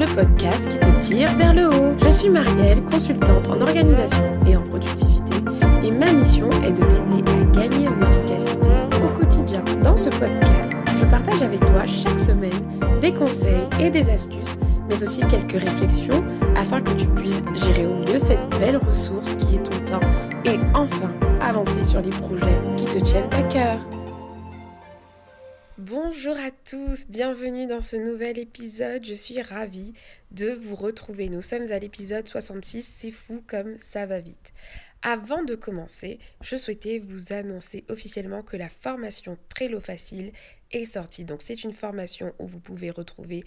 podcast qui te tire vers le haut. Je suis Marielle, consultante en organisation et en productivité, et ma mission est de t'aider à gagner en efficacité au quotidien. Dans ce podcast, je partage avec toi chaque semaine des conseils et des astuces, mais aussi quelques réflexions afin que tu puisses gérer au mieux cette belle ressource qui est ton temps et enfin avancer sur les projets qui te tiennent à cœur. Bonjour à tous, bienvenue dans ce nouvel épisode, je suis ravie de vous retrouver. Nous sommes à l'épisode 66, c'est fou comme ça va vite. Avant de commencer, je souhaitais vous annoncer officiellement que la formation Trello Facile est sortie. Donc c'est une formation où vous pouvez retrouver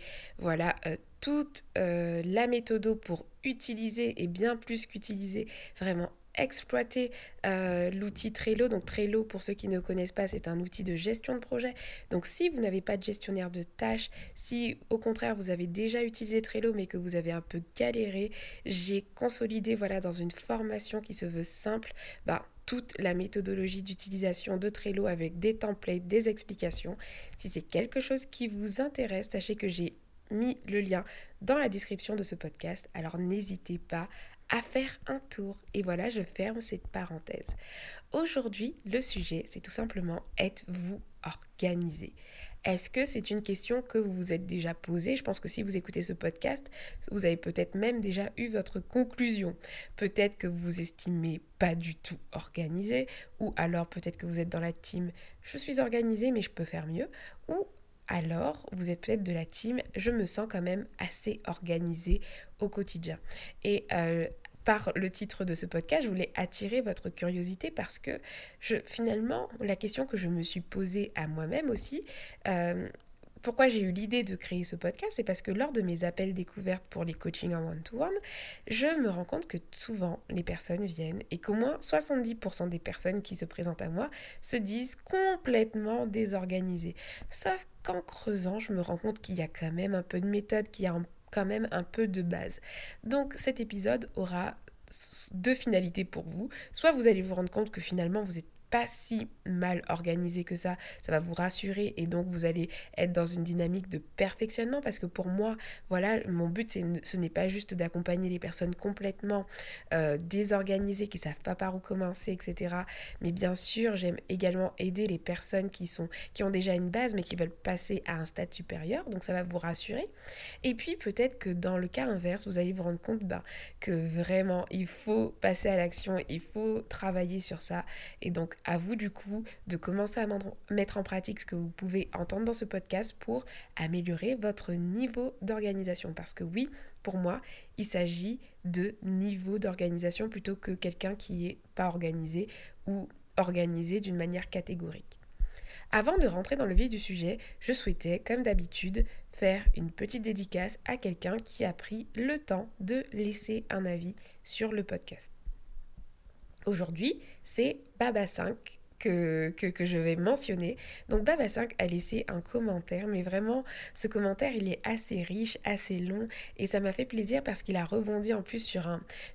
toute la méthode pour utiliser et bien plus qu'utiliser, vraiment exploiter l'outil Trello. Donc Trello, pour ceux qui ne connaissent pas, c'est un outil de gestion de projet. Donc si vous n'avez pas de gestionnaire de tâches, si au contraire vous avez déjà utilisé Trello mais que vous avez un peu galéré, j'ai consolidé dans une formation qui se veut simple, toute la méthodologie d'utilisation de Trello avec des templates, des explications. Si c'est quelque chose qui vous intéresse, sachez que j'ai mis le lien dans la description de ce podcast, alors n'hésitez pas à faire un tour. Et voilà, je ferme cette parenthèse. Aujourd'hui, le sujet, c'est tout simplement, êtes-vous organisé ? Est-ce que c'est une question que vous vous êtes déjà posée ? Je pense que si vous écoutez ce podcast, vous avez peut-être même déjà eu votre conclusion. Peut-être que vous vous estimez pas du tout organisé, ou alors peut-être que vous êtes dans la team « je suis organisé mais je peux faire mieux » ou alors vous êtes peut-être de la team « je me sens quand même assez organisé au quotidien ». Et par le titre de ce podcast, je voulais attirer votre curiosité parce que finalement, la question que je me suis posée à moi-même aussi, pourquoi j'ai eu l'idée de créer ce podcast, c'est parce que lors de mes appels découvertes pour les coachings en one-to-one, je me rends compte que souvent les personnes viennent et qu'au moins 70% des personnes qui se présentent à moi se disent complètement désorganisées. Sauf qu'en creusant, je me rends compte qu'il y a quand même un peu de méthode, qu'il y a quand même un peu de base. Donc cet épisode aura deux finalités pour vous. Soit vous allez vous rendre compte que finalement vous êtes pas si mal organisé que ça va vous rassurer et donc vous allez être dans une dynamique de perfectionnement parce que pour moi, mon but ce n'est pas juste d'accompagner les personnes complètement désorganisées, qui savent pas par où commencer, etc. Mais bien sûr, j'aime également aider les personnes qui ont déjà une base mais qui veulent passer à un stade supérieur, donc ça va vous rassurer. Et puis peut-être que dans le cas inverse, vous allez vous rendre compte que vraiment il faut passer à l'action, il faut travailler sur ça et donc à vous du coup de commencer à mettre en pratique ce que vous pouvez entendre dans ce podcast pour améliorer votre niveau d'organisation. Parce que oui, pour moi, il s'agit de niveau d'organisation plutôt que quelqu'un qui n'est pas organisé ou organisé d'une manière catégorique. Avant de rentrer dans le vif du sujet, je souhaitais, comme d'habitude, faire une petite dédicace à quelqu'un qui a pris le temps de laisser un avis sur le podcast. Aujourd'hui, c'est Baba5 que je vais mentionner. Donc Baba5 a laissé un commentaire, mais vraiment, ce commentaire, il est assez riche, assez long, et ça m'a fait plaisir parce qu'il a rebondi en plus sur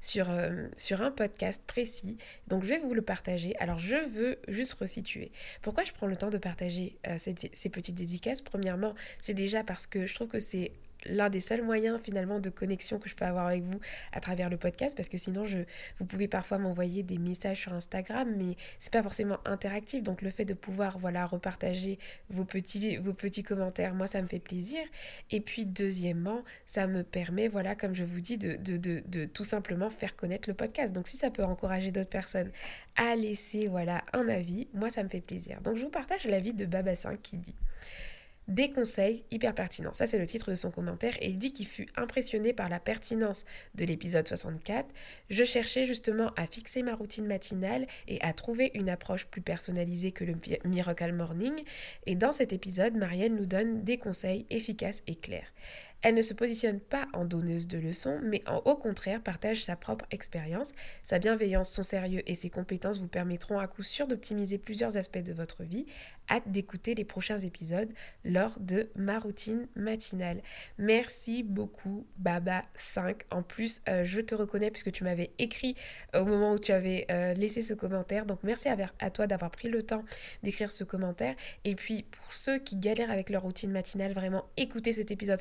un podcast précis. Donc je vais vous le partager. Alors je veux juste resituer. Pourquoi je prends le temps de partager ces petites dédicaces ? Premièrement, c'est déjà parce que je trouve que c'est l'un des seuls moyens finalement de connexion que je peux avoir avec vous à travers le podcast, parce que sinon vous pouvez parfois m'envoyer des messages sur Instagram mais c'est pas forcément interactif, donc le fait de pouvoir repartager vos petits commentaires, moi ça me fait plaisir. Et puis deuxièmement, ça me permet comme je vous dis de tout simplement faire connaître le podcast. Donc si ça peut encourager d'autres personnes à laisser un avis, moi ça me fait plaisir. Donc je vous partage l'avis de Baba5 qui dit: des conseils hyper pertinents. Ça, c'est le titre de son commentaire. Et il dit qu'il fut impressionné par la pertinence de l'épisode 64. Je cherchais justement à fixer ma routine matinale et à trouver une approche plus personnalisée que le Miracle Morning. Et dans cet épisode, Marielle nous donne des conseils efficaces et clairs. Elle ne se positionne pas en donneuse de leçons, mais au contraire partage sa propre expérience. Sa bienveillance, son sérieux et ses compétences vous permettront à coup sûr d'optimiser plusieurs aspects de votre vie. Hâte d'écouter les prochains épisodes lors de ma routine matinale. Merci beaucoup Baba5. En plus, je te reconnais puisque tu m'avais écrit au moment où tu avais laissé ce commentaire. Donc merci à toi d'avoir pris le temps d'écrire ce commentaire. Et puis pour ceux qui galèrent avec leur routine matinale, vraiment écoutez cet épisode 64.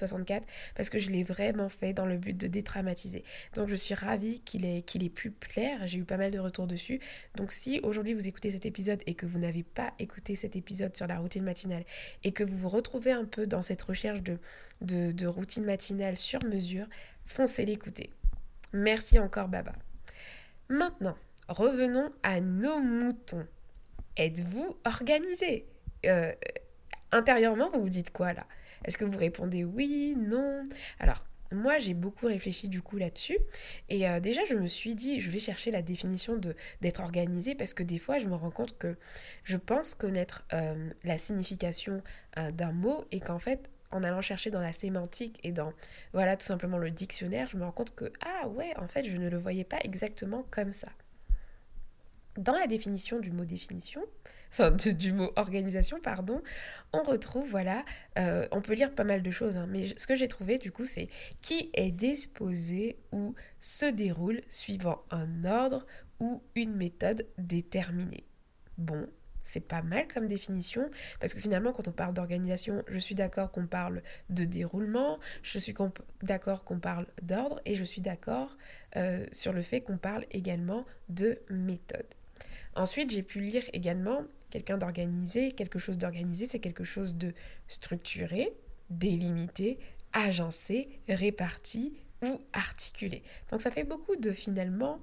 parce que je l'ai vraiment fait dans le but de détraumatiser. Donc je suis ravie qu'il ait pu plaire, j'ai eu pas mal de retours dessus. Donc si aujourd'hui vous écoutez cet épisode et que vous n'avez pas écouté cet épisode sur la routine matinale et que vous vous retrouvez un peu dans cette recherche de routine matinale sur mesure, foncez l'écouter. Merci encore Baba. Maintenant, revenons à nos moutons. Êtes-vous organisé? Intérieurement, vous vous dites quoi là? Est-ce que vous répondez oui, non? Alors, moi, j'ai beaucoup réfléchi du coup là-dessus. Et déjà, je me suis dit, je vais chercher la définition d'être organisé parce que des fois, je me rends compte que je pense connaître la signification d'un mot et qu'en fait, en allant chercher dans la sémantique et dans, voilà, tout simplement le dictionnaire, je me rends compte que, ah ouais, en fait, je ne le voyais pas exactement comme ça. Dans la définition du mot définition, du mot organisation, pardon, on retrouve, voilà, on peut lire pas mal de choses, hein, mais ce que j'ai trouvé, du coup, c'est qui est disposé ou se déroule suivant un ordre ou une méthode déterminée. Bon, c'est pas mal comme définition, parce que finalement, quand on parle d'organisation, je suis d'accord qu'on parle de déroulement, je suis d'accord qu'on parle d'ordre, et je suis d'accord sur le fait qu'on parle également de méthode. Ensuite, j'ai pu lire également quelqu'un d'organisé. Quelque chose d'organisé, c'est quelque chose de structuré, délimité, agencé, réparti ou articulé. Donc ça fait beaucoup de finalement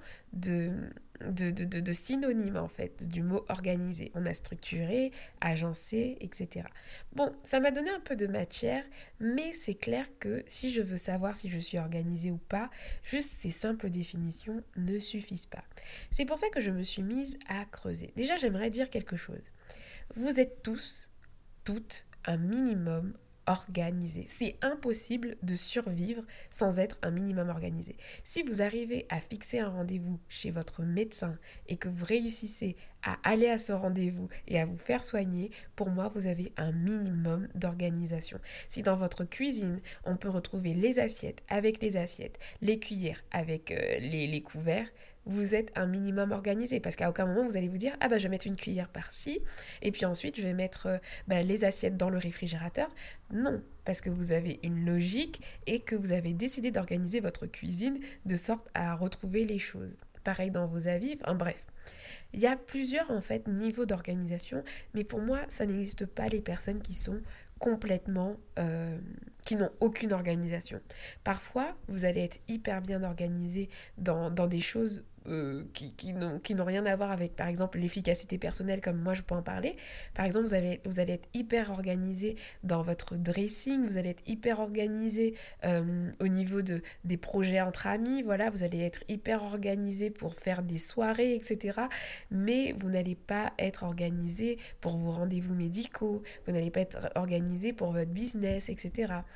de synonymes en fait du mot organisé. On a structuré, agencé, etc. Bon, ça m'a donné un peu de matière, mais c'est clair que si je veux savoir si je suis organisée ou pas, juste ces simples définitions ne suffisent pas. C'est pour ça que je me suis mise à creuser. Déjà, j'aimerais dire quelque chose. Vous êtes tous, toutes, un minimum organisé. C'est impossible de survivre sans être un minimum organisé. Si vous arrivez à fixer un rendez-vous chez votre médecin et que vous réussissez à aller à ce rendez-vous et à vous faire soigner, pour moi, vous avez un minimum d'organisation. Si dans votre cuisine, on peut retrouver les assiettes avec les assiettes, les cuillères avec les couverts, vous êtes un minimum organisé parce qu'à aucun moment vous allez vous dire ah bah je vais mettre une cuillère par-ci et puis ensuite je vais mettre les assiettes dans le réfrigérateur. Non, parce que vous avez une logique et que vous avez décidé d'organiser votre cuisine de sorte à retrouver les choses. Pareil dans vos avis, bref. Il y a plusieurs en fait niveaux d'organisation, mais pour moi ça n'existe pas les personnes qui sont complètement qui n'ont aucune organisation. Parfois, vous allez être hyper bien organisé dans des choses qui n'ont rien à voir avec, par exemple, l'efficacité personnelle, comme moi je peux en parler. Par exemple, vous allez être hyper organisé dans votre dressing, vous allez être hyper organisé au niveau des projets entre amis, voilà, vous allez être hyper organisé pour faire des soirées, etc. Mais vous n'allez pas être organisé pour vos rendez-vous médicaux, vous n'allez pas être organisé pour votre business, etc.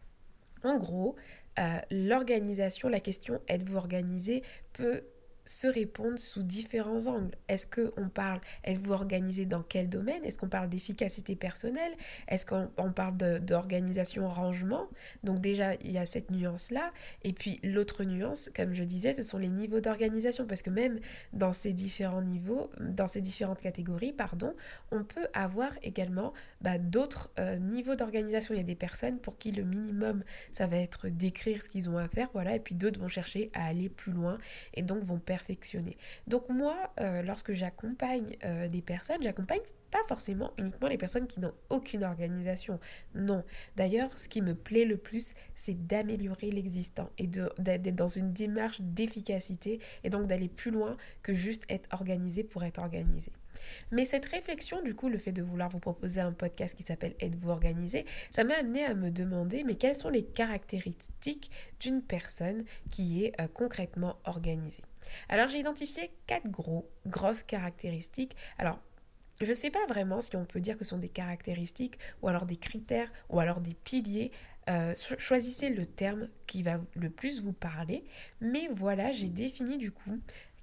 En gros, l'organisation, la question êtes-vous organisé peut se répondre sous différents angles. Est-ce qu'on parle, êtes-vous organisé dans quel domaine? Est-ce qu'on parle d'efficacité personnelle? Est-ce qu'on parle d'organisation rangement? Donc déjà, il y a cette nuance-là. Et puis l'autre nuance, comme je disais, ce sont les niveaux d'organisation. Parce que même dans ces différents niveaux, dans ces différentes catégories, on peut avoir également d'autres niveaux d'organisation. Il y a des personnes pour qui le minimum, ça va être d'écrire ce qu'ils ont à faire, voilà, et puis d'autres vont chercher à aller plus loin et donc vont perfectionner. Donc moi, lorsque j'accompagne des personnes, j'accompagne pas forcément uniquement les personnes qui n'ont aucune organisation. Non. D'ailleurs, ce qui me plaît le plus, c'est d'améliorer l'existant et d'être dans une démarche d'efficacité et donc d'aller plus loin que juste être organisé pour être organisé. Mais cette réflexion, du coup, le fait de vouloir vous proposer un podcast qui s'appelle Êtes-vous organisé, ça m'a amené à me demander, mais quelles sont les caractéristiques d'une personne qui est concrètement organisée? Alors, j'ai identifié 4 grosses caractéristiques. Alors, je ne sais pas vraiment si on peut dire que ce sont des caractéristiques ou alors des critères ou alors des piliers. Choisissez le terme qui va le plus vous parler. Mais voilà, j'ai défini du coup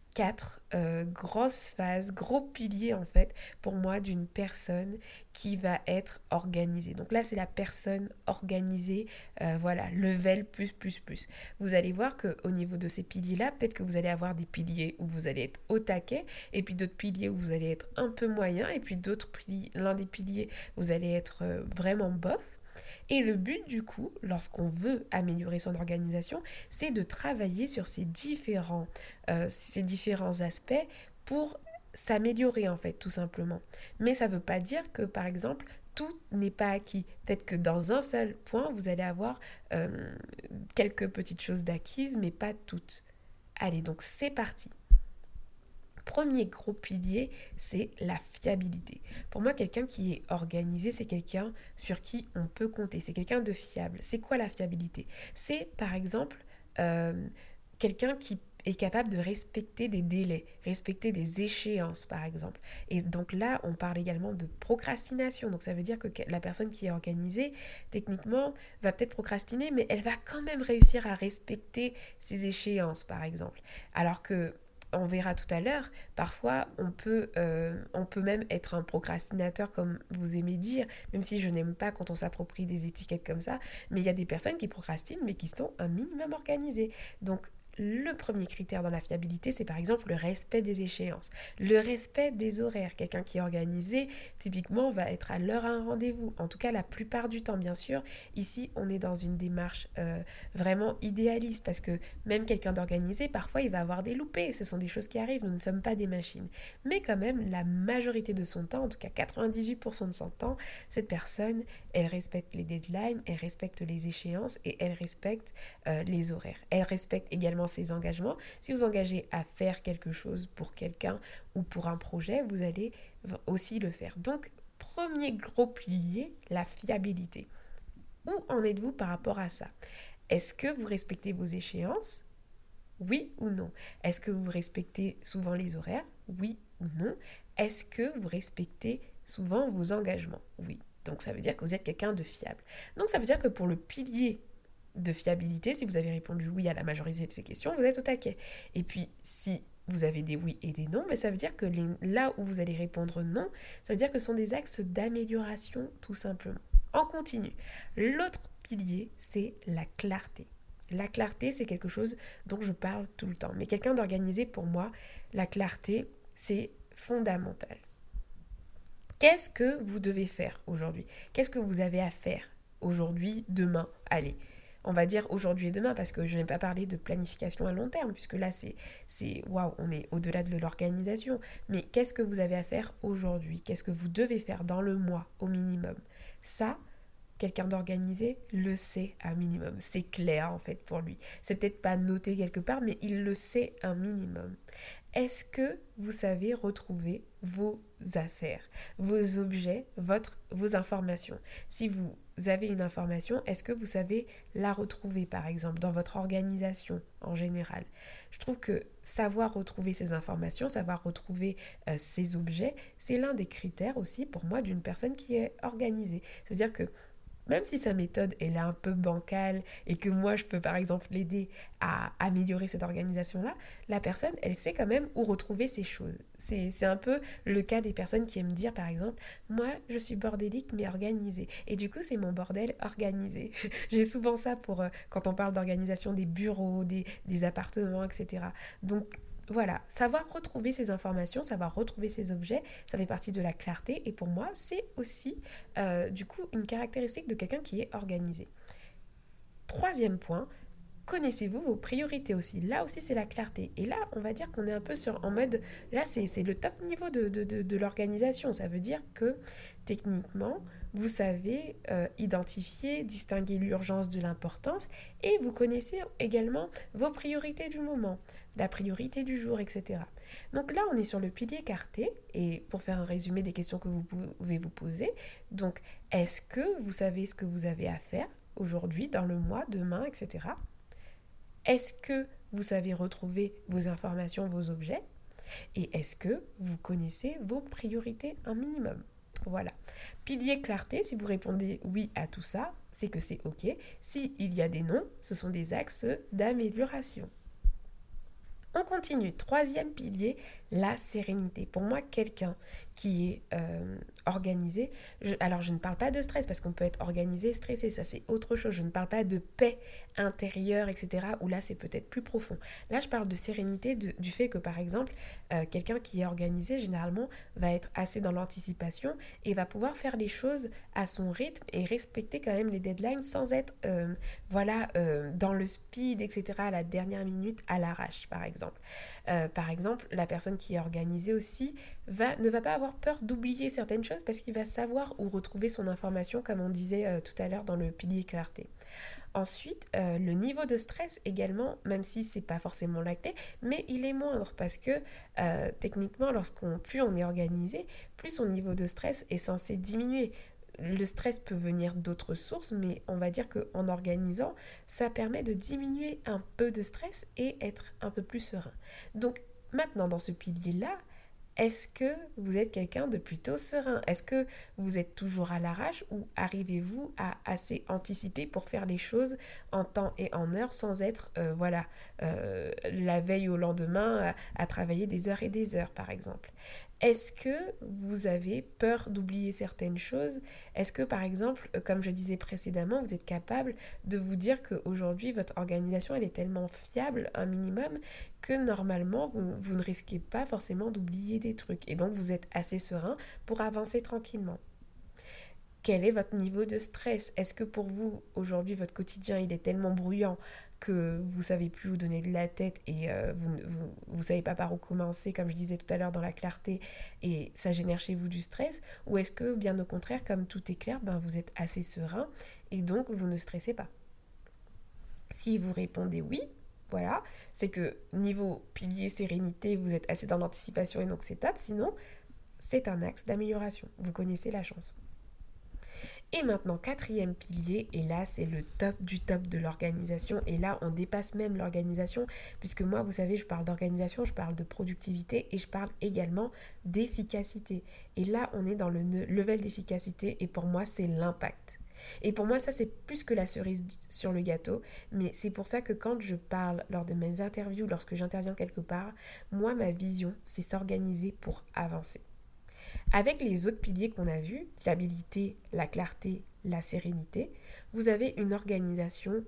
4 grosses phases, gros piliers en fait pour moi d'une personne qui va être organisée. Donc là c'est la personne organisée, voilà, level plus. Vous allez voir qu'au niveau de ces piliers-là, peut-être que vous allez avoir des piliers où vous allez être au taquet et puis d'autres piliers où vous allez être un peu moyen et puis l'un des piliers vous allez être vraiment bof. Et le but du coup, lorsqu'on veut améliorer son organisation, c'est de travailler sur ces différents aspects pour s'améliorer en fait tout simplement. Mais ça ne veut pas dire que par exemple tout n'est pas acquis. Peut-être que dans un seul point, vous allez avoir quelques petites choses d'acquises, mais pas toutes. Allez, donc c'est parti. Premier gros pilier, c'est la fiabilité. Pour moi, quelqu'un qui est organisé, c'est quelqu'un sur qui on peut compter. C'est quelqu'un de fiable. C'est quoi la fiabilité? C'est, par exemple, euh, quelqu'un qui est capable de respecter des délais, respecter des échéances, par exemple. Et donc là, on parle également de procrastination. Donc ça veut dire que la personne qui est organisée, techniquement, va peut-être procrastiner, mais elle va quand même réussir à respecter ses échéances, par exemple. Alors que on verra tout à l'heure, parfois on peut même être un procrastinateur comme vous aimez dire, même si je n'aime pas quand on s'approprie des étiquettes comme ça, mais il y a des personnes qui procrastinent mais qui sont un minimum organisées. Donc le premier critère dans la fiabilité, c'est par exemple le respect des échéances, le respect des horaires. Quelqu'un qui est organisé, typiquement, va être à l'heure à un rendez-vous. En tout cas, la plupart du temps, bien sûr. Ici, on est dans une démarche vraiment idéaliste parce que même quelqu'un d'organisé, parfois, il va avoir des loupés. Ce sont des choses qui arrivent. Nous ne sommes pas des machines. Mais quand même, la majorité de son temps, en tout cas 98% de son temps, cette personne, elle respecte les deadlines, elle respecte les échéances et elle respecte les horaires. Elle respecte également ses engagements. Si vous engagez à faire quelque chose pour quelqu'un ou pour un projet, vous allez aussi le faire. Donc, premier gros pilier, la fiabilité. Où en êtes-vous par rapport à ça? Est-ce que vous respectez vos échéances? Oui ou non? Est-ce que vous respectez souvent les horaires? Oui ou non? Est-ce que vous respectez souvent vos engagements? Oui. Donc ça veut dire que vous êtes quelqu'un de fiable. Donc ça veut dire que pour le pilier de fiabilité, si vous avez répondu oui à la majorité de ces questions, vous êtes au taquet. Et puis si vous avez des oui et des non, mais ça veut dire que là où vous allez répondre non, ça veut dire que ce sont des axes d'amélioration tout simplement. On continue. L'autre pilier, c'est la clarté. La clarté, c'est quelque chose dont je parle tout le temps. Mais quelqu'un d'organisé, pour moi, la clarté, c'est fondamental. Qu'est-ce que vous devez faire aujourd'hui? Qu'est-ce que vous avez à faire aujourd'hui, demain? Allez, on va dire aujourd'hui et demain parce que je n'ai pas parlé de planification à long terme puisque là waouh, on est au-delà de l'organisation. Mais qu'est-ce que vous avez à faire aujourd'hui? Qu'est-ce que vous devez faire dans le mois au minimum? Ça, quelqu'un d'organisé le sait un minimum. C'est clair en fait pour lui. C'est peut-être pas noté quelque part, mais il le sait un minimum. Est-ce que vous savez retrouver vos affaires, vos objets, vos informations? Si vous avez une information, est-ce que vous savez la retrouver par exemple dans votre organisation en général? Je trouve que savoir retrouver ces informations, savoir retrouver ces objets, c'est l'un des critères aussi pour moi d'une personne qui est organisée. C'est-à-dire que même si sa méthode elle est un peu bancale et que moi je peux par exemple l'aider à améliorer cette organisation-là, la personne elle sait quand même où retrouver ces choses. C'est un peu le cas des personnes qui aiment dire par exemple, moi je suis bordélique mais organisée. Et du coup c'est mon bordel organisé. J'ai souvent ça pour quand on parle d'organisation des bureaux, des appartements, etc. Donc voilà, savoir retrouver ces informations, savoir retrouver ces objets, ça fait partie de la clarté et pour moi, c'est aussi du coup une caractéristique de quelqu'un qui est organisé. Troisième point, connaissez-vous vos priorités aussi? Là aussi, c'est la clarté. Et là, on va dire qu'on est un peu en mode, là, c'est le top niveau de l'organisation. Ça veut dire que, techniquement, vous savez identifier, distinguer l'urgence de l'importance et vous connaissez également vos priorités du moment, la priorité du jour, etc. Donc là, on est sur le pilier carté et pour faire un résumé des questions que vous pouvez vous poser, donc, est-ce que vous savez ce que vous avez à faire aujourd'hui, dans le mois, demain, etc. Est-ce que vous savez retrouver vos informations, vos objets? Et est-ce que vous connaissez vos priorités un minimum? Voilà. Pilier clarté, si vous répondez oui à tout ça, c'est que c'est OK. S'il y a des non, ce sont des axes d'amélioration. On continue. Troisième pilier, la sérénité. Pour moi, quelqu'un qui est organisé, alors je ne parle pas de stress parce qu'on peut être organisé, stressé, ça c'est autre chose. Je ne parle pas de paix intérieure, etc. où là c'est peut-être plus profond. Là, je parle de sérénité, du fait que par exemple, quelqu'un qui est organisé, généralement, va être assez dans l'anticipation et va pouvoir faire les choses à son rythme et respecter quand même les deadlines sans être dans le speed, etc. à la dernière minute, à l'arrache, par exemple. Par exemple, la personne qui est organisée aussi ne va pas avoir peur d'oublier certaines choses parce qu'il va savoir où retrouver son information, comme on disait tout à l'heure dans le pilier clarté. Ensuite, le niveau de stress également, même si c'est pas forcément la clé, mais il est moindre parce que techniquement, plus on est organisé, plus son niveau de stress est censé diminuer. Le stress peut venir d'autres sources, mais on va dire qu'en organisant, ça permet de diminuer un peu de stress et être un peu plus serein. Donc maintenant, dans ce pilier-là, est-ce que vous êtes quelqu'un de plutôt serein? Est-ce que vous êtes toujours à l'arrache ou arrivez-vous à assez anticiper pour faire les choses en temps et en heure sans être la veille au lendemain à travailler des heures et des heures par exemple? Est-ce que vous avez peur d'oublier certaines choses? Est-ce que, par exemple, comme je disais précédemment, vous êtes capable de vous dire qu'aujourd'hui, votre organisation, elle est tellement fiable, un minimum, que normalement, vous ne risquez pas forcément d'oublier des trucs. Et donc, vous êtes assez serein pour avancer tranquillement. Quel est votre niveau de stress? Est-ce que pour vous, aujourd'hui, votre quotidien, il est tellement bruyant que vous savez plus vous donner de la tête et vous savez pas par où commencer, comme je disais tout à l'heure dans la clarté, et ça génère chez vous du stress? Ou est-ce que, bien au contraire, comme tout est clair, vous êtes assez serein et donc vous ne stressez pas? Si vous répondez oui, voilà, c'est que niveau pilier sérénité, vous êtes assez dans l'anticipation et donc c'est top. Sinon, c'est un axe d'amélioration. Vous connaissez la chanson. Et maintenant, quatrième pilier, et là, c'est le top de l'organisation. Et là, on dépasse même l'organisation, puisque moi, vous savez, je parle d'organisation, je parle de productivité et je parle également d'efficacité. Et là, on est dans le level d'efficacité et pour moi, c'est l'impact. Et pour moi, ça, c'est plus que la cerise sur le gâteau, mais c'est pour ça que quand je parle lors de mes interviews, lorsque j'interviens quelque part, moi, ma vision, c'est s'organiser pour avancer. Avec les autres piliers qu'on a vus, fiabilité, la clarté, la sérénité, vous avez une organisation,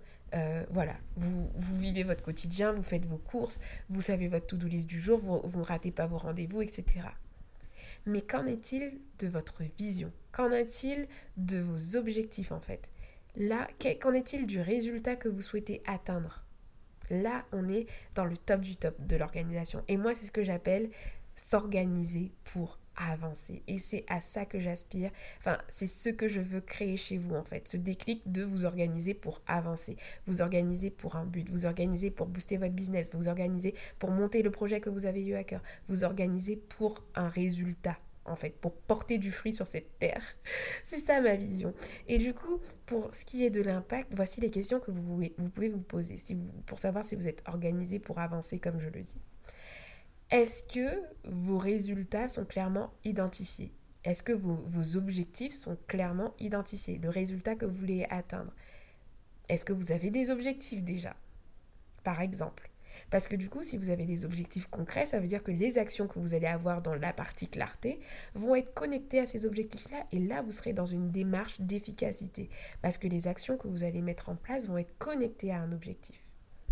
vous vivez votre quotidien, vous faites vos courses, vous savez votre to-do list du jour, vous ne ratez pas vos rendez-vous, etc. Mais qu'en est-il de votre vision? Qu'en est-il de vos objectifs en fait? Là, qu'en est-il du résultat que vous souhaitez atteindre? Là, on est dans le top du top de l'organisation. Et moi, c'est ce que j'appelle s'organiser pour avancer. Et c'est à ça que j'aspire. Enfin, c'est ce que je veux créer chez vous, en fait. Ce déclic de vous organiser pour avancer. Vous organiser pour un but. Vous organiser pour booster votre business. Vous organiser pour monter le projet que vous avez eu à cœur. Vous organiser pour un résultat, en fait, pour porter du fruit sur cette terre. C'est ça ma vision. Et du coup, pour ce qui est de l'impact, voici les questions que vous pouvez vous poser pour savoir si vous êtes organisé pour avancer comme je le dis. Est-ce que vos résultats sont clairement identifiés? Est-ce que vos objectifs sont clairement identifiés? Le résultat que vous voulez atteindre? Est-ce que vous avez des objectifs déjà? Par exemple. Parce que du coup, si vous avez des objectifs concrets, ça veut dire que les actions que vous allez avoir dans la partie clarté vont être connectées à ces objectifs-là. Et là, vous serez dans une démarche d'efficacité. Parce que les actions que vous allez mettre en place vont être connectées à un objectif.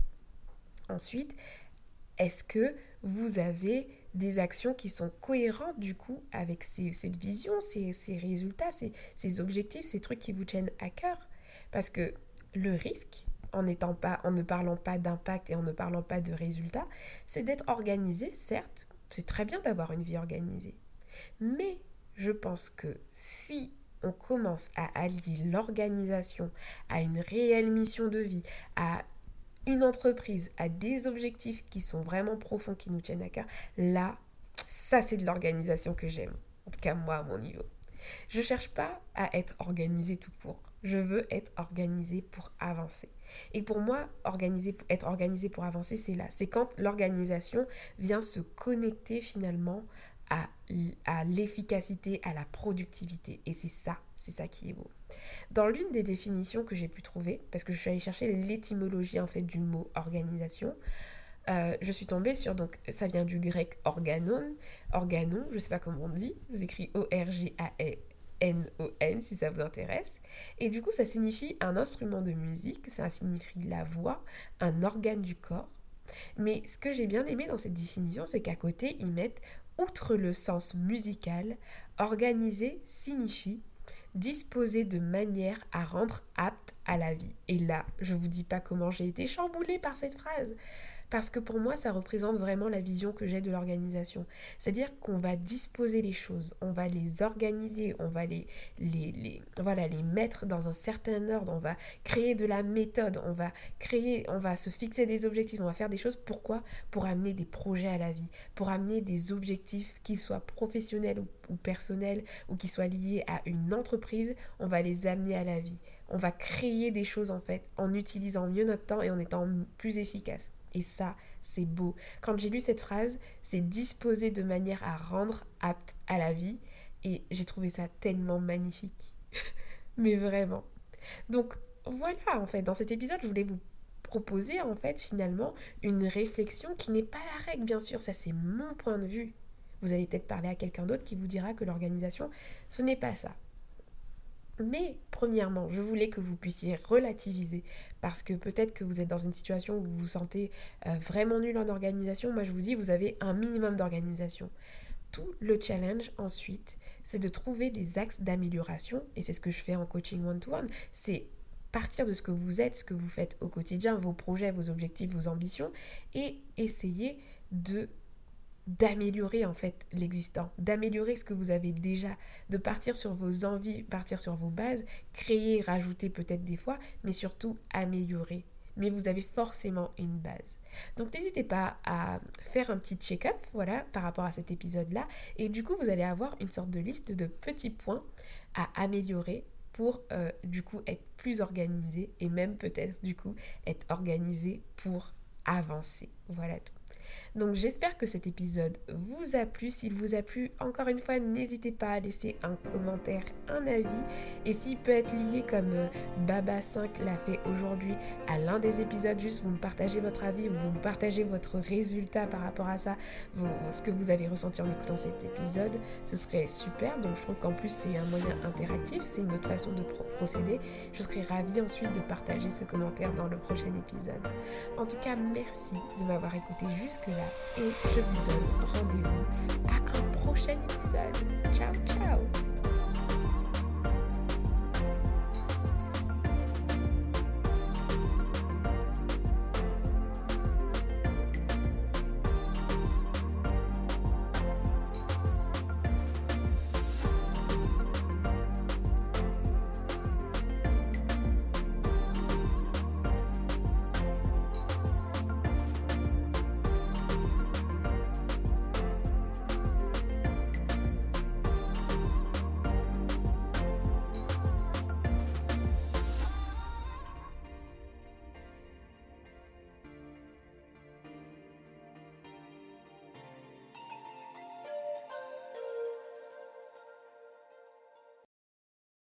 Ensuite, est-ce que vous avez des actions qui sont cohérentes du coup avec cette vision, ces résultats, ces objectifs, ces trucs qui vous tiennent à cœur? Parce que le risque, en ne parlant pas d'impact et en ne parlant pas de résultats, c'est d'être organisé, certes, c'est très bien d'avoir une vie organisée. Mais je pense que si on commence à allier l'organisation à une réelle mission de vie, à une entreprise, à des objectifs qui sont vraiment profonds, qui nous tiennent à cœur, là, ça c'est de l'organisation que j'aime. En tout cas, moi, à mon niveau. Je ne cherche pas à être organisée tout court. Je veux être organisée pour avancer. Et pour moi, être organisée pour avancer, c'est là. C'est quand l'organisation vient se connecter finalement à l'efficacité, à la productivité. Et c'est ça qui est beau. Dans l'une des définitions que j'ai pu trouver, parce que je suis allée chercher l'étymologie en fait du mot organisation, je suis tombée sur, donc ça vient du grec organon, je sais pas comment on dit, c'est écrit O-R-G-A-N-O-N si ça vous intéresse. Et du coup, ça signifie un instrument de musique, ça signifie la voix, un organe du corps. Mais ce que j'ai bien aimé dans cette définition, c'est qu'à côté, ils mettent, outre le sens musical, organiser signifie disposer de manière à rendre apte à la vie. Et là, je vous dis pas comment j'ai été chamboulée par cette phrase. Parce que pour moi, ça représente vraiment la vision que j'ai de l'organisation. C'est-à-dire qu'on va disposer les choses, on va les organiser, on va voilà, les mettre dans un certain ordre, on va créer de la méthode, on va se fixer des objectifs, on va faire des choses. Pourquoi ? Pour amener des projets à la vie, pour amener des objectifs, qu'ils soient professionnels ou personnels, ou qu'ils soient liés à une entreprise, on va les amener à la vie. On va créer des choses en fait, en utilisant mieux notre temps et en étant plus efficace. Et ça, c'est beau. Quand j'ai lu cette phrase, c'est disposer de manière à rendre apte à la vie. Et j'ai trouvé ça tellement magnifique. Mais vraiment. Donc voilà, en fait, dans cet épisode, je voulais vous proposer, en fait, finalement, une réflexion qui n'est pas la règle, bien sûr. Ça, c'est mon point de vue. Vous allez peut-être parler à quelqu'un d'autre qui vous dira que l'organisation, ce n'est pas ça. Mais premièrement, je voulais que vous puissiez relativiser parce que peut-être que vous êtes dans une situation où vous vous sentez vraiment nul en organisation. Moi, je vous dis, vous avez un minimum d'organisation. Tout le challenge ensuite, c'est de trouver des axes d'amélioration et c'est ce que je fais en coaching one-to-one. C'est partir de ce que vous êtes, ce que vous faites au quotidien, vos projets, vos objectifs, vos ambitions et essayer d'améliorer en fait l'existant, d'améliorer ce que vous avez déjà, de partir sur vos envies, partir sur vos bases, créer, rajouter peut-être des fois, mais surtout améliorer. Mais vous avez forcément une base. Donc n'hésitez pas à faire un petit check-up, voilà, par rapport à cet épisode-là, et du coup vous allez avoir une sorte de liste de petits points à améliorer pour du coup être plus organisé et même peut-être du coup être organisé pour avancer. Voilà tout. Donc j'espère que cet épisode vous a plu. S'il vous a plu, encore une fois, n'hésitez pas à laisser un commentaire, un avis. Et s'il peut être lié comme Baba5 l'a fait aujourd'hui à l'un des épisodes, juste vous me partagez votre avis ou vous me partagez votre résultat par rapport à ça, ce que vous avez ressenti en écoutant cet épisode, ce serait super. Donc je trouve qu'en plus c'est un moyen interactif, c'est une autre façon de procéder. Je serais ravie ensuite de partager ce commentaire dans le prochain épisode. En tout cas, merci de m'avoir écouté jusque-là et je vous donne rendez-vous à un prochain épisode. Ciao, ciao!